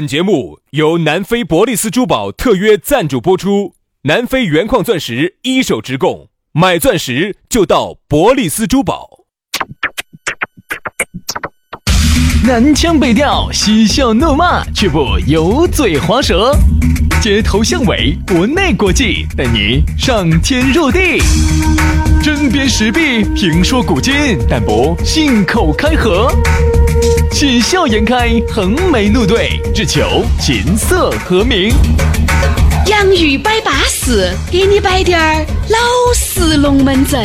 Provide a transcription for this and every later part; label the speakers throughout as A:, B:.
A: 本节目由南非伯利斯珠宝特约赞助播出，南非原矿钻石一手直供，买钻石就到伯利斯珠宝。
B: 南腔北调，嬉笑怒骂，却不油嘴滑舌，街头巷尾，国内国际，带你上天入地，针砭时弊，评说古今，但不信口开河，喜笑颜开，横眉怒对，只求琴瑟和鸣。
C: 洋芋摆巴士，给你摆点儿老式龙门阵。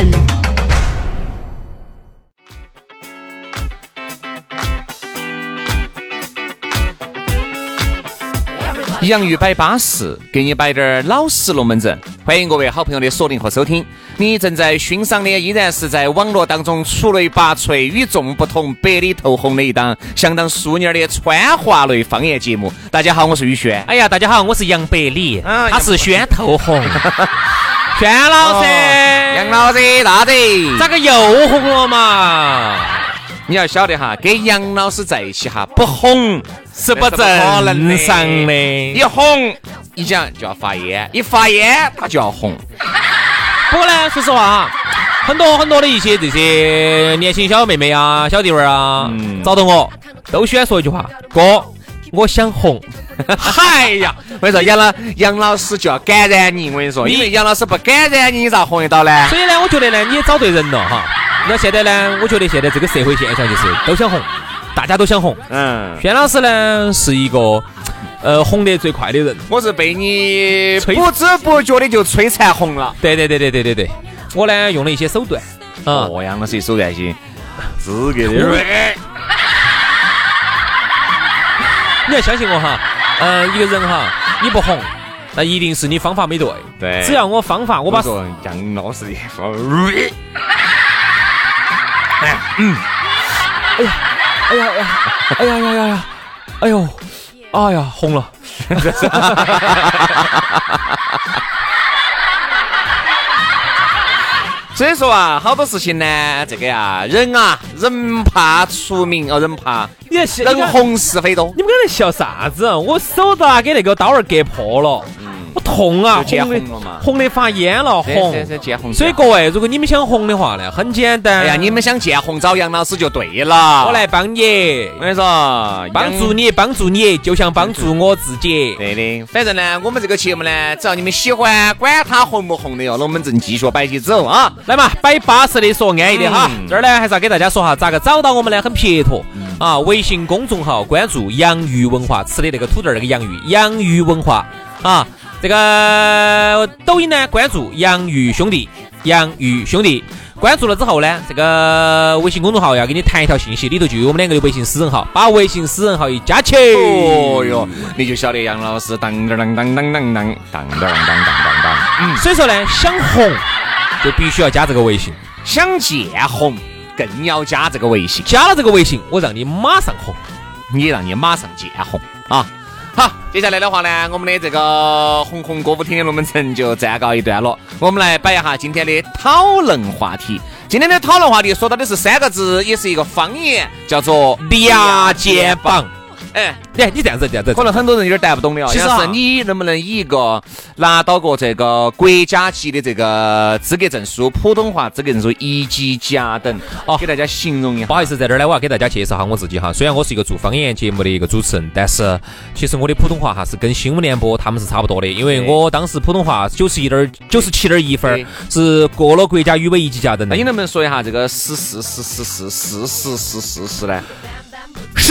D: 洋芋摆巴士，给你摆点老实龙门阵。欢迎各位好朋友的锁定和收听。你正在欣赏的依然是在网络当中出类拔萃、与众不同、百里透红的一档相当淑女的川话类方言节目。大家好，我是宇轩。
E: 哎呀，大家好，我是杨百里，他是轩透红。轩老师，
D: 杨老师，大的
E: 咋个又红了嘛？
D: 你要晓得哈，跟杨老师在一起哈，不红
E: 是不正常的。
D: 一红一讲就要发烟，一发烟他就要红。
E: 不过呢，说实话，很多的一些这些年轻小妹妹啊、小弟妹啊，找到我都喜欢说一句话：哥，我想红。嗨呀，
D: 我跟你说，杨老师就要感染你，我跟你说，因为杨老师不感染你，你咋红得到呢？
E: 所以呢，我觉得呢，你也找对人了哈。那现在呢，我觉得现在这个社会现象就是都想红，大家都想红。轩老师呢是一个红得最快的人，
D: 我是被你不知不觉的就摧残红了。
E: 对，我呢用了一些手段。
D: 杨老师手段些资格的。
E: 你要相信我哈，一个人哈，你不红，那一定是你方法没对。
D: 对，
E: 只要我方法，我把
D: 说杨老师的方法。
E: 哎呀，红了。
D: 所以说啊，好多事情呢，这个呀，人怕出名人怕人红是非多。
E: 你们在笑啥子？我手咋给那个刀儿割破了？我痛啊！红的发烟了，红。所以各位，如果你们想红的话呢，很简单。
D: 哎呀，你们想见红找杨老师就对了，
E: 我来帮你。
D: 我跟你说，
E: 帮助你，就像帮助我自己。
D: 对的，反正呢，我们这个节目呢，只要你们喜欢，管他红不红的哟，龙门阵继续摆起走啊！
E: 来嘛，摆巴适的说安逸的哈。这儿呢，还是要给大家说哈，咋个找到我们呢？很撇脱啊，微信公众号关注洋芋文化，吃的那个土豆那个洋芋文化啊。这个抖音呢，关注洋芋兄弟，关注了之后呢，这个微信公众号要给你弹一条信息，里头就有我们两个的微信私人号，把微信私人号一加起，
D: 哦哟，你就晓得杨老师当。
E: 所以说呢，想红就必须要加这个微信，
D: 想见红更要加这个微信，
E: 加了这个微信，我让你马上红，
D: 你让你马上见红啊！好，接下来的话呢，我们的这个红红歌舞厅的龙门阵就暂告一段落。我们来摆一下今天的讨论话题。今天的讨论话题说到的是3个字，也是一个方言，叫做俩肩膀。你这样子，可能很多人有点带不懂的哦。其实是你能不能以一个拿到过这个国家级的这个资格证书，普通话资格证书1级甲等，给大家形容一下。
E: 不好意思，在这儿呢，我要给大家介绍下我自己哈。虽然我是一个做方言节目的一个主持人，但是其实我的普通话哈是跟新闻联播他们是差不多的，因为我当时普通话97.1分，是过了国家语委1级甲等的。
D: 那你能不能说一下这个是呢？
E: 是，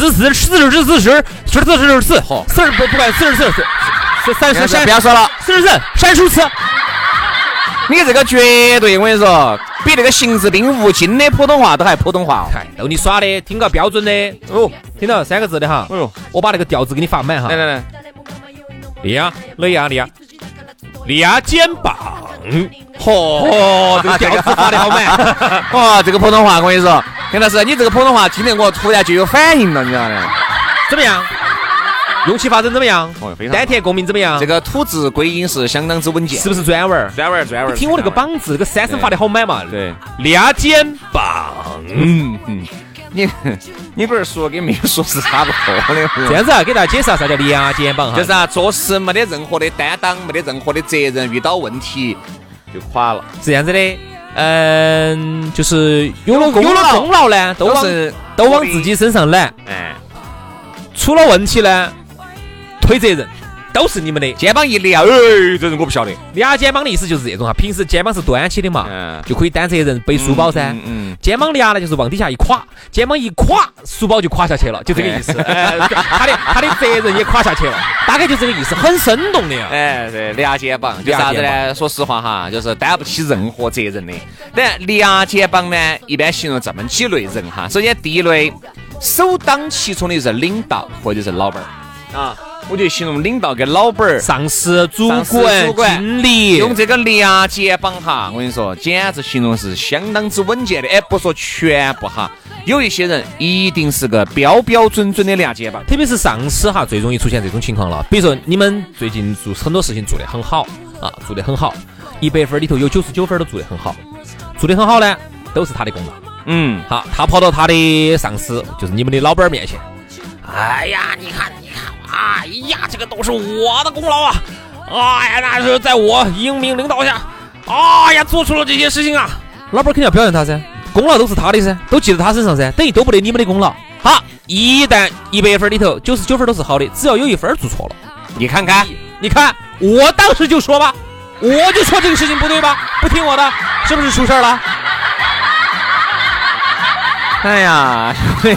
E: 不管44，
D: 不要说了
E: 44，闪数词。
D: 你这个绝对，我跟你说，比那个邢志斌、吴京的普通话都还普通话哦。
E: 逗你耍的，听个标准的哦，听到3个字的哈。我把那个调子给你发满哈。
D: 来，
E: 俩肩膀。
D: 这个调子发的好满。这个普通话，我跟你说，杨老师，你这个普通话听得我突然就有反应了，你知道吗？
E: 怎么样？用气发声怎么样？丹田共鸣怎么样？
D: 这个吐字归音是相当之稳健，
E: 是不是专文？
D: 专文。
E: 你听我那个膀子，这个3声发的好满嘛？
D: 对，
E: 俩肩膀。
D: 你不是说跟没有说是差不多的？
E: 这样子啊，给大家介绍啥叫两肩膀哈，
D: 就是啊，做事没得任何的担当，没得任何的责任，遇到问题就垮了。
E: 是这样子的，就是有了功劳呢，都往自己身上揽，出了问题呢，推责任。都是你们的，
D: 肩膀一撂，这人我不晓得。
E: 俩肩膀的意思就是这种哈，平时肩膀是端起的嘛，就可以担责任背书包噻。肩膀俩呢就是往底下一垮，肩膀一垮，书包就垮下去了，就这个意思。他的责任也垮下去了，大概就这个意思，很生动的呀。
D: 对，俩肩膀，就啥子呢？说实话哈，就是担不起任何责任的。但俩肩膀呢，一般形容这么几类人哈。首先第一类，首当其冲的是领导或者是老板啊。我就形容领导跟老板、
E: 上司、主管、经理，
D: 用这个俩肩膀哈，我跟你说，简直形容是相当之稳健的。不说全部哈，有一些人一定是个标标准准的俩肩膀，
E: 特别是上司哈，最容易出现这种情况了。比如说你们最近做很多事情做得很好啊，做得很好，100分里头有99分都做得很好，做得很好呢，都是他的功劳。好，他跑到他的上司，就是你们的老板面前，哎呀，你看。哎呀，这个都是我的功劳啊！哎呀，那是在我英明领导下，哎呀，做出了这些事情啊！老板肯定要表扬他噻，功劳都是他的噻，都记在他身上噻，等于都不得你们的功劳。好，一旦100分里头99分都是好的，只要有1分做错了，
D: 你看看，
E: 我当时就说吧，我就说这个事情不对吧，不听我的，是不是出事了？
D: 哎呀，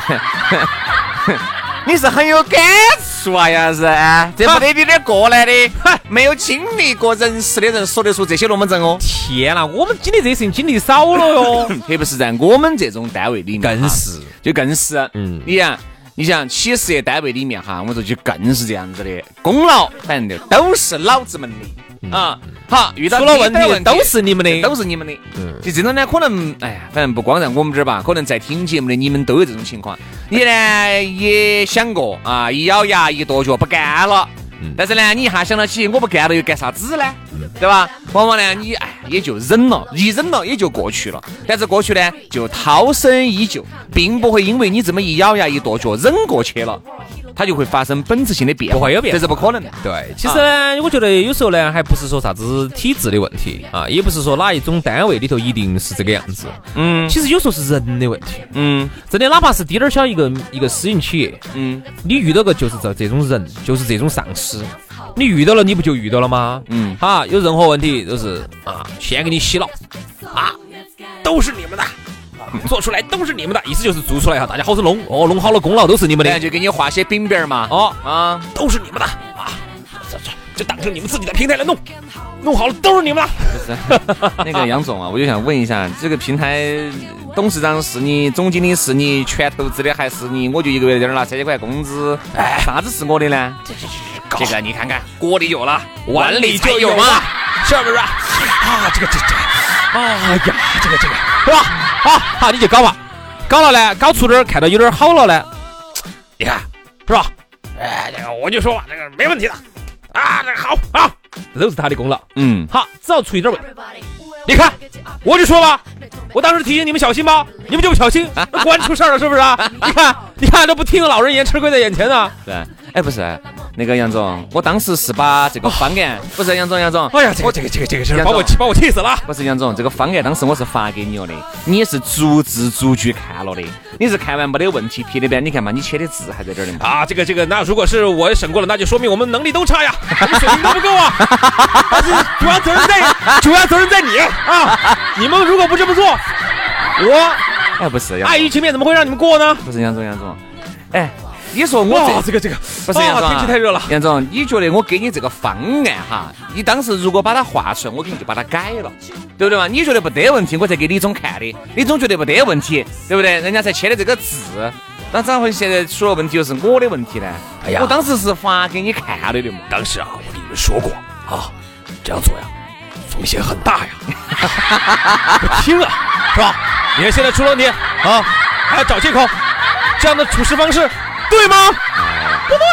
D: 你是很有感触啊，杨是这不得你点过来的，没有经历过人事的人说得出这些龙门阵哦。
E: 天哪，我们经历这些事情经历少了哟，
D: 特别是在我们这种单位里面，
E: 更是
D: 就更是，你想企事业单位里面哈，我说就更是这样子的，功劳反正都是老子们的啊。好，遇到
E: 出了问题都是你们的，
D: 都是你们的。就这种呢，可能哎呀，反正不光在我们这儿吧，可能在听节目的你们都有这种情况。你呢也想过啊，一咬牙一跺脚不干了，但是呢，你一下想到起我不干了又干啥子呢？对吧？往往呢，你也就忍了，一忍了也就过去了。但是过去呢，就涛声依旧，并不会因为你这么一咬牙一跺脚忍过去了，它就会发生本质性的变化，
E: 不会有变化，
D: 这是不可能的。
E: 对，其实呢，我觉得有时候呢，还不是说啥子体制的问题啊，也不是说哪一种单位里头一定是这个样子。其实有时候是人的问题。真的，哪怕是滴点小一个私营企业，你遇到个就是这种人，就是这种上司。你遇到了，你不就遇到了吗？有任何问题都是先给你洗脑都是你们的，做出来都是你们的，意思就是做出来大家好生弄，弄好了功劳都是你们的，
D: 就给你画些饼饼嘛，
E: 都是你们的就当成你们自己的平台来弄好了都是你们的。
D: 那个杨总啊，我就想问一下，这个平台董事长是你，总经理是你，全投资的还是你？我就一个月在这拿3000块工资，啥子是我的呢？这个你看看，国力有了，万里就有嘛，
E: 是不是？这个，哎呀，这个是吧？好，你就搞吧，搞了呢，搞出点看到有点好了呢，你看是吧？这个我就说吧，这个没问题的这个好啊，这都是他的功劳。好，只要出一点问题，你看我就说吧，我当时提醒你们小心吧，你们就不小心，那果然出事了，是不是啊？你看都不听老人言，吃亏在眼前啊。
D: 对，不是那个杨总，我当时是把这个方案，不是杨总，
E: 哎呀，这个事把我气死了。
D: 不是杨总，这个方案当时我是发给你了的，你也是逐字逐句看了的，你是看完没得问题批的呗？你看嘛，你签的字还在这里嘛。
E: 这个，那如果是我审过了，那就说明我们能力都差呀，我们水平都不够啊。但是主要责任在你啊！你们如果不这么做，我
D: 不是
E: 碍于情面怎么会让你们过呢？
D: 不是杨总，你说我
E: 这个
D: 不是杨总，
E: 天气太热了。
D: 杨总，你觉得我给你这个方案哈，你当时如果把它画出来，我给你就把它改了，对不对嘛？你觉得不得问题，我才给李总看的，李总觉得不得问题，对不对？人家才签的这个字，那咋会现在出了问题就是我的问题呢？我当时是发给你看了的嘛。
E: 当时我跟你们说过这样做呀，风险很大呀。不听啊，是吧？你看现在出了问题还要找借口，这样的处事方式对吗？不对。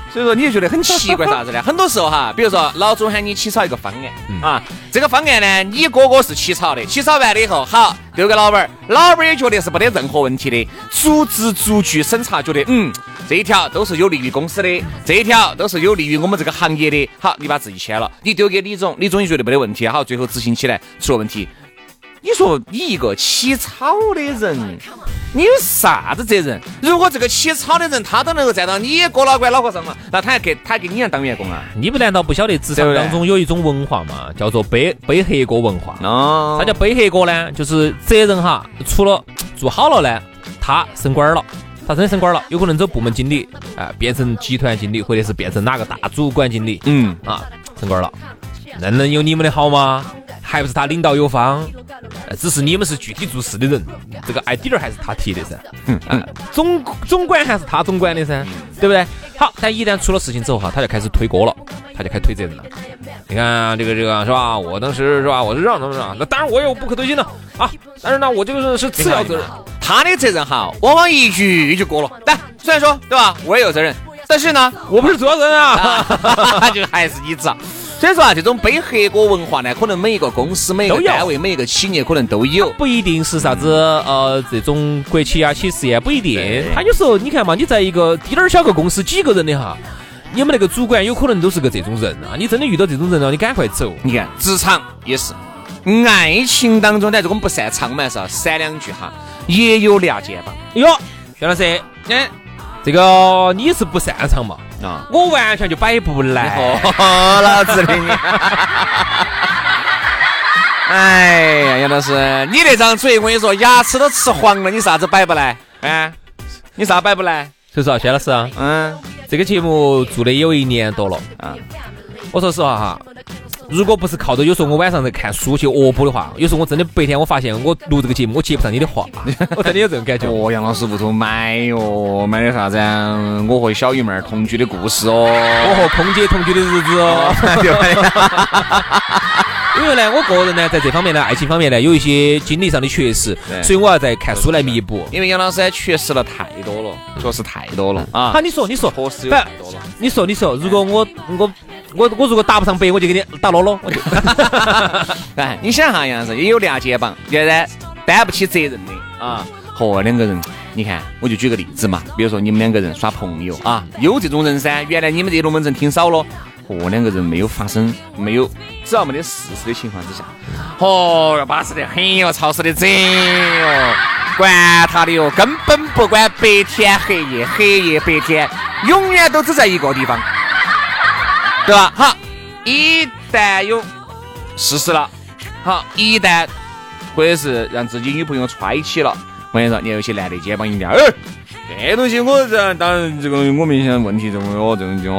D: 所以说你就觉得很奇怪啥子呢？很多时候哈，比如说老总喊你起草一个方案啊，这个方案呢，你哥哥是起草的，起草完了以后，好丢给老板儿，老板儿也觉得是没得任何问题的，逐字逐句审查，觉得这一条都是有利于公司的，这一条都是有利于我们这个行业的。好，你把字一签了，你丢给李总，李总也觉得没得问题，好，最后执行起来出了问题。你说你一个起草的人，你有啥子责任？如果这个起草的人他都能够站到你哥老倌脑壳上了，那他还给你当员工啊？
E: 你不难道不晓得职场当中有一种文化嘛，叫做背黑锅文化？啥叫背黑锅呢？就是责任哈，除了做好了呢，他升官了。他真的升官了，有可能走部门经理变成集团经理，或者是变成哪个大主管经理，升官了，那能有你们的好吗？还不是他领导有方，只是你们是具体做事的人，这个 idea 还是他提的噻，总管还是他总管的噻，对不对？好，但一旦出了事情之后哈，他就开始推锅了，他就开始推责任了。你看这个是吧？我当时是吧？我是让他们那当然我有不可推进的啊，但是呢，我这个是次要责任。
D: 他的责任哈，往往一句就过了。但虽然说对吧，我也有责任，但是呢，
E: 我不是主要责任啊，
D: 就还是你找。所以说啊，这种背黑锅文化呢，可能每一个公司、每一个单位、每一个企业可能都有，
E: 不一定是啥子这种国企啊、企事业不一定。他有时候你看嘛，你在一个滴点儿小个公司几个人的哈，你们那个主管有可能都是个这种人啊。你真的遇到这种人了，你赶快走。
D: 你看职场也是，爱情当中呢，这个我们不擅长嘛，是3两句哈，也有俩肩膀。
E: 哟，薛老师，这个你是不擅长嘛？我完全就摆不来，
D: 老子的你！哎呀，杨老师，你那张嘴我跟你说，牙齿都吃黄了，你啥子摆不来？你啥摆不来？
E: 所以说，薛老师啊，这个节目做的有1年多了啊。我说实话哈，如果不是靠着有时候我晚上在看书去恶补的话，有时候我真的白天我发现我录这个节目我接不上你的话，我真的有这种感觉。
D: 杨老师屋头买的啥子啊？我和小玉妹儿同居的故事哦，
E: 我和空姐同居的日子哦。因为呢，我个人呢在这方面呢，爱情方面呢有一些经历上的缺失，所以我要在看书来弥补。
D: 因为杨老师缺失了太多了，确实太多了啊！
E: 好，你说，
D: 确实有太多了。
E: 你说，如果我如果打不上100，我就给你打啰啰。
D: 哎，你想哈，杨老师也有俩肩膀，现在担不起责任的啊。和两个人，你看，我就举个例子嘛，比如说你们2个人耍朋友啊，有这种人噻。原来你们这龙门阵挺少了。2个人没有发生，只要没得事实的情况之下，要巴适的很哟，操实的整哟，管他的哟，根本不管白天黑夜，黑夜白天，永远都只在一个地方，对吧？好，一旦有事实了，好，一旦或者是让自己女朋友揣起了，我跟你说，你有些男的肩膀一掉，这东西我当然这个我明显问题这种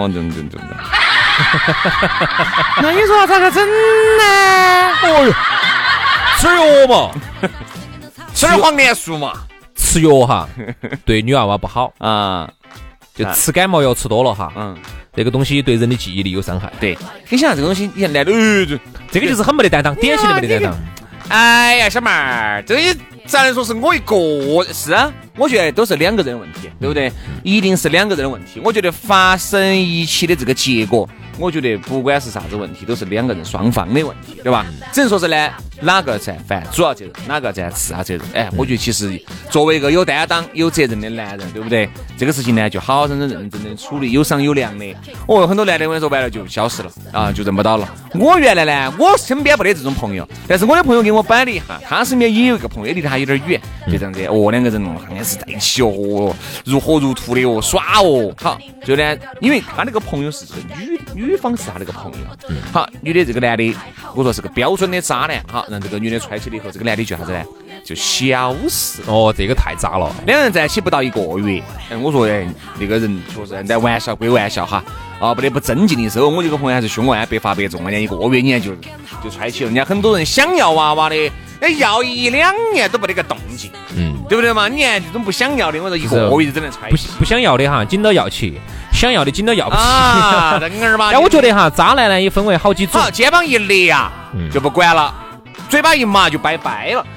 D: 那你说咋个整呢？
E: 哦哟，吃药嘛，
D: 吃点黄连素嘛，
E: 吃药哈，对女娃娃不好
D: 啊。
E: 就吃感冒药吃多了哈，这个东西对人的记忆力有伤害。
D: 对，你想这个东西，你看来的，
E: 这个就是很没得担当，典型的没得担当。
D: 哎呀，小妹儿，这些咱来说是我一个是啊，我觉得都是2个人的问题，对不对？一定是2个人的问题。我觉得发生一起的这个结果，我觉得不管是啥子问题，都是2个人双方的问题，对吧？只能说是呢，哪个在犯主要责任，哪个在次要责任。哎，我觉得其实作为一个有担当、有责任的男人，对不对？这个事情呢，就好好认真的处理，有商有量的。很多男的我跟你说白了就消失了啊，就认不到了。我原来呢，我身边没得这种朋友，但是我的朋友给我摆了一下，他身边也有一个朋友，离他有点远，就这样子。2个人好像是在一起如火如荼的耍好，就呢，因为他那个朋友是这个女方是他那个朋友，好，女的这个男的，我说是个标准的渣男，好，让这个女的揣起了以后，这个男的就啥子呢？就消失。
E: 这个太渣了。
D: 2人在一起不到1个月，我说那个人确实，但玩笑归玩笑哈，不得不正经的时候，我这个朋友还是凶啊，百发百中，人家1个月你看就揣起了，人家很多人想要娃娃的，要1、2年都没得个动静，对不对嘛？你看这种不想要的，我说1个月就只能揣起，
E: 不想要的哈，紧到要起。想要的紧到要不起
D: 啊，人儿嘛。
E: 但我觉得哈，渣男呢也分为好几种。
D: 肩膀一裂啊，就不管了；嘴巴一麻就拜拜了。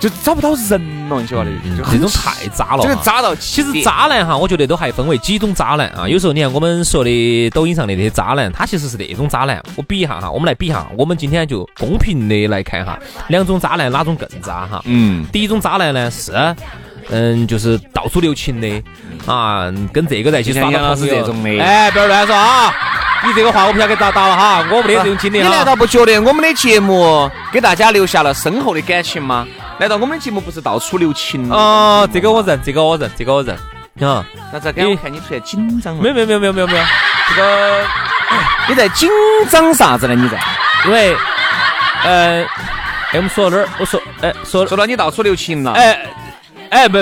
D: 就找不到人了，你晓得？就
E: 这种太渣了，
D: 这个渣到
E: 其实渣男哈，我觉得都还分为几种渣男啊。有时候你看我们说的抖音上的那些渣男，他其实是那种渣男。我比一下哈，我们来比一下，我们今天就公平的来看哈，两种渣男哪种更渣哈？第一种渣男呢是，就是到处留情的啊，跟这个在一起耍到朋友
D: 这种的。
E: 哎，不要乱说啊！你这个话我不晓得咋打了哈，我没得这种经历哈。
D: 你难道不觉得我们的节目给大家留下了深厚的感情吗？难道我们的节目不是到处留情吗？
E: 哦，这个我认啊。
D: 那这个我看你突然紧张了。
E: 没有。这个
D: 你在紧张啥子呢？你在？
E: 因为我们说到哪儿？我说
D: 说到你到处留情了。
E: 不。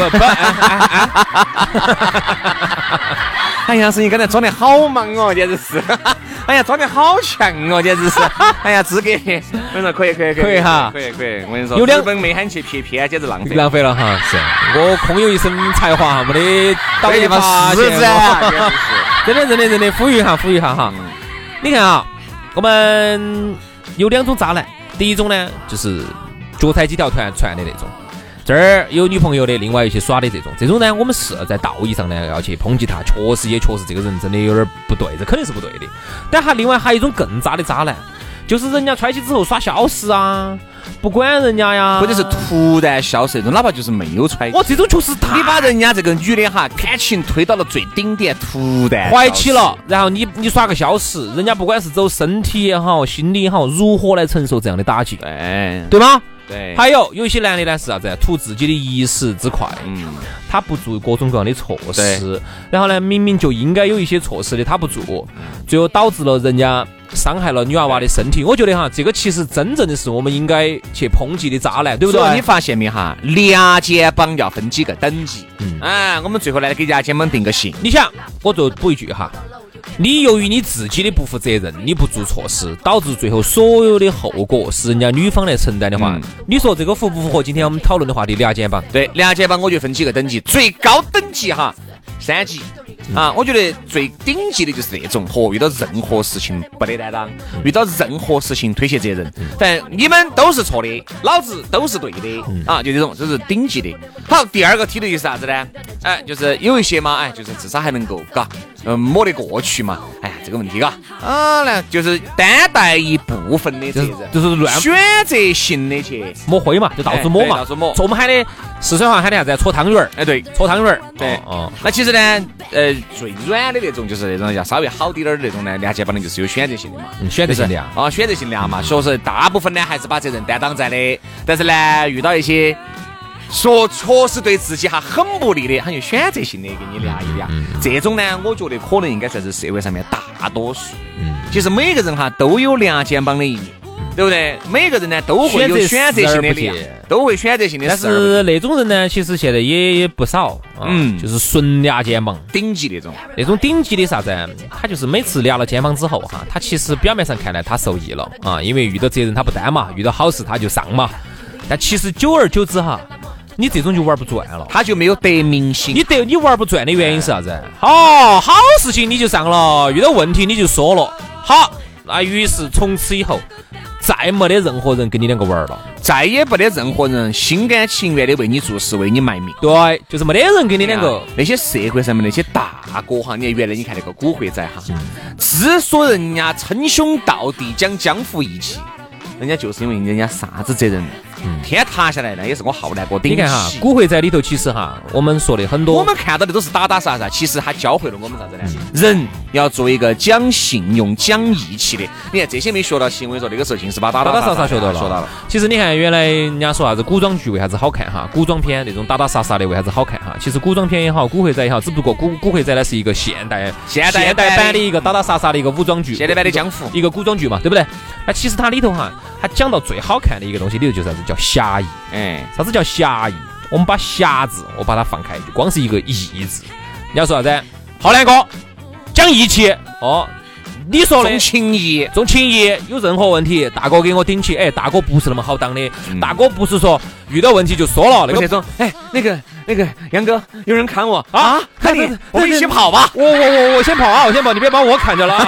D: 哎呀，是你刚才装的好忙哦，简直是！哎呀，装的好强哦，简直是！哎呀，资格，我说可以
E: 哈，
D: 可以。我跟你说，
E: 有
D: 日本没喊去骗，简直浪费
E: 了哈！是我空有一身才华，没得导演发现我。真的，呼吁一下哈！你看啊，我们有两种渣男，第一种呢就是脚踩几条船的那种。这儿有女朋友的，另外一些耍的这种呢，我们是在道义上呢要去抨击他，确实这个人真的有点不对，这肯定是不对的。但另外还有一种更渣的渣男，就是人家揣起之后耍消失啊，不管人家呀，
D: 或者是突然消失那种，哪怕就是没有揣起。
E: 这种就是他，
D: 你把人家这个女的哈感情推到了最顶点，突然
E: 怀起了，然后你耍个消失，人家不管是走身体也好，心理也好，如何来承受这样的打击？对吗？
D: 对，
E: 还有一些男的呢是啥子？图自己的一时之快，他不做各种各样的措施，然后呢，明明就应该有一些措施的，他不做，最后导致了人家伤害了女娃娃的身体。我觉得哈，这个其实真正的是我们应该去抨击的渣男，对不对？
D: 你发现没哈？牙尖帮要分几个等级，我们最后来给牙尖帮定个性。
E: 你想，我就补一句哈。你由于你自己的不负责任，你不做措施，导致最后所有的后果是人家女方来承担的话，你说这个符不符合今天我们讨论的话题？牙尖帮？
D: 对，牙尖帮我觉得分几个等级，最高等级哈3级我觉得最顶级的就是那种遇到任何事情不得担当，遇到任何事情推卸责任，反正你们都是错的，老子都是对的就这种，这是顶级的。好，第二个梯度就是啥子呢？就是有一些嘛，就是至少还能够摸得过去嘛。这个问题就是担待一部分的责任，
E: 就是乱
D: 选择性的去
E: 摸灰嘛，就到处摸嘛，到处摸。我们喊的四川话喊的啥子？搓汤圆儿。
D: 对，
E: 搓汤圆儿。
D: 对，那其实呢，最软的那种就是那种要稍微好点的那种呢，牙尖帮的就是有选择性的嘛，
E: 选择性的
D: 选择性的嘛。所以说大部分呢还是把责任担当在的，但是呢遇到一些确实对自己很不利的，他就选择性的给你俩一俩。这种呢，我觉得可能应该算是社会上面大多数。其实每个人都有牙尖帮的一面，对不对？每个人呢都会有选择性的两，都会选择性的。
E: 但是那种人呢，其实现在也不少，就是纯牙尖帮，
D: 顶级
E: 那种顶级的啥子？他就是每次压了肩膀之后他其实表面上看来他受益了因为遇到责任他不担嘛，遇到好事他就上嘛，但其实久而久之你这种就玩不转了，
D: 他就没有得民心。
E: 你玩不转的原因是啥子？好事情你就上了，遇到问题你就说了，好，那于是从此以后再没得任何人跟你两个玩了，
D: 再也没得任何人心甘情愿的为你做事，为你卖命。
E: 对，就是没得人跟你两个。
D: 那些社会上面那些大哥你看原来你看那个古惑仔之所以人家称兄道弟讲江湖义气，人家就是因为人家啥子责任天塌下来呢，也是我好难过顶起。
E: 你看古惑仔里头其实我们说的很多，
D: 我们看到的都是打杀杀，其实他教会了我们啥子呢？人要做一个讲信用、讲义气的。你看这些没学到起，我跟你说那个时候尽是把打杀杀
E: 学到了。其实你看原来人家说啥子古装剧为啥子好看古装片那种打杀杀的为啥子好看其实古装片也好，古惑仔也好，只不过古惑仔呢是一个现代版的一个打杀杀的一个武装剧，
D: 现代版的江湖，
E: 一个古装剧嘛，对不对？那其实它里头它讲到最好看的一个东西里头就是啥子叫侠义。啥子叫侠义？我们把侠字我把它放开，就光是一个义字。你要说啥子？浩南哥讲义气你说的
D: 重情义，
E: 有任何问题大哥给我顶起。大哥不是那么好当的，大哥不是说遇到问题就说了那个
D: 种。那个杨哥，有人看我看你，我们一起跑吧。
E: 我先跑我先跑，你别把我看着了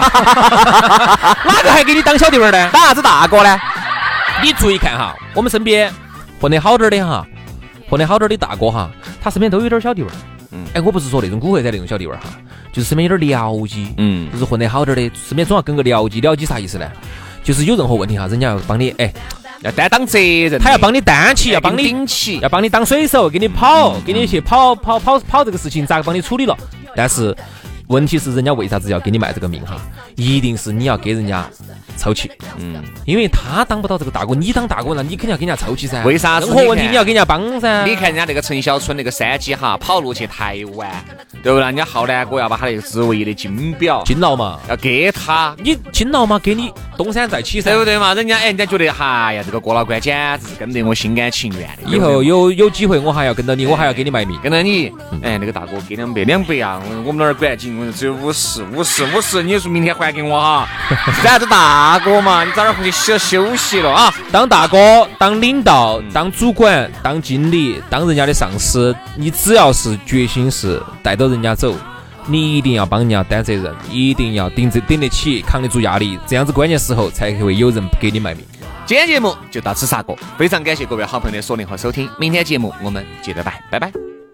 E: 哪个还给你当小弟们呢？
D: 打啥子大哥呢？
E: 你注意看我们身边混得好点的哈，混得好点的大哥哈，他身边都有点小弟味儿。哎，我不是说那种古惑仔那种小弟味儿哈，就是身边有点僚机，就是混得好点的，身边总要跟个僚机。僚机啥意思呢？就是有任何问题哈，人家要帮你，
D: 要担当责任，
E: 他要帮你担起，要帮你
D: 顶起，
E: 要帮你当水手，给你跑，给你去跑这个事情咋个帮你处理了？但是问题是，人家为啥子要给你卖这个命哈？一定是你要给人家凑齐，因为他当不到这个大哥，你当大哥，那你肯定要给人家凑齐噻。
D: 为啥子？
E: 任何问题你要给人家帮噻。
D: 你看人家那个陈小春那个3G哈，跑路去台湾，对不对？人家浩南哥要把他那个职位的金表、
E: 金劳嘛，
D: 要给他。
E: 你金劳嘛，给你东山再起噻，
D: 对不对嘛？人家觉得，哎呀，这个郭老倌简直是跟得我心甘情愿的。
E: 以后有机会，我还要跟到你，我还要给你卖命，
D: 跟到你。那个大哥给200啊，我们那儿管紧，只有50，你说明天还给我哈？咱这大哥嘛，你早点回去休息了啊！
E: 当大哥、当领导、当主管、当经理、当人家的上司，你只要是决心是带着人家走，你一定要帮人家担责任，一定要顶得起，扛得住压力，这样子关键时候才会有人给你卖命。
D: 今天节目就到此杀过，非常感谢各位好朋友的锁定和收听，明天节目我们接着拜，拜拜。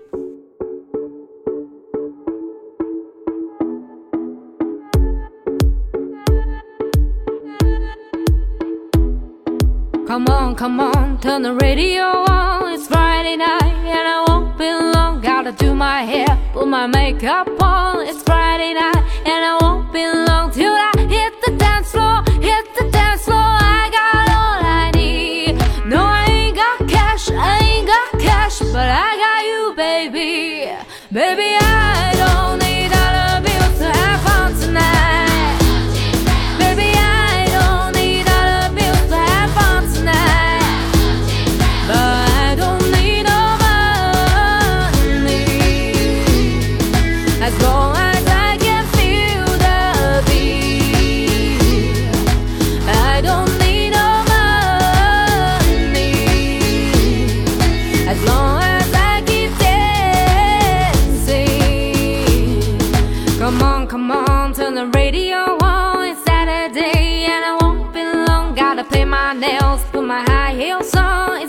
F: Come on, turn the radio on. It's Friday night and I won't be long. Gotta do my hair, put my makeup on. It's Friday night and I won't be long till I hit the dance floor, hit the dance floor. I got all I need. No, I ain't got cash, but I got you, baby. Baby, I don't need dollar bills to have fun tonight. Baby, I don't need dollar bills to have fun tonight. But I don't need no money as long as I can feel the beat. I don't need no money as long as I keep dancing. Come on, turn the radio on. It's Saturday and I won't be long. Gotta paint my nails, put my high heels on.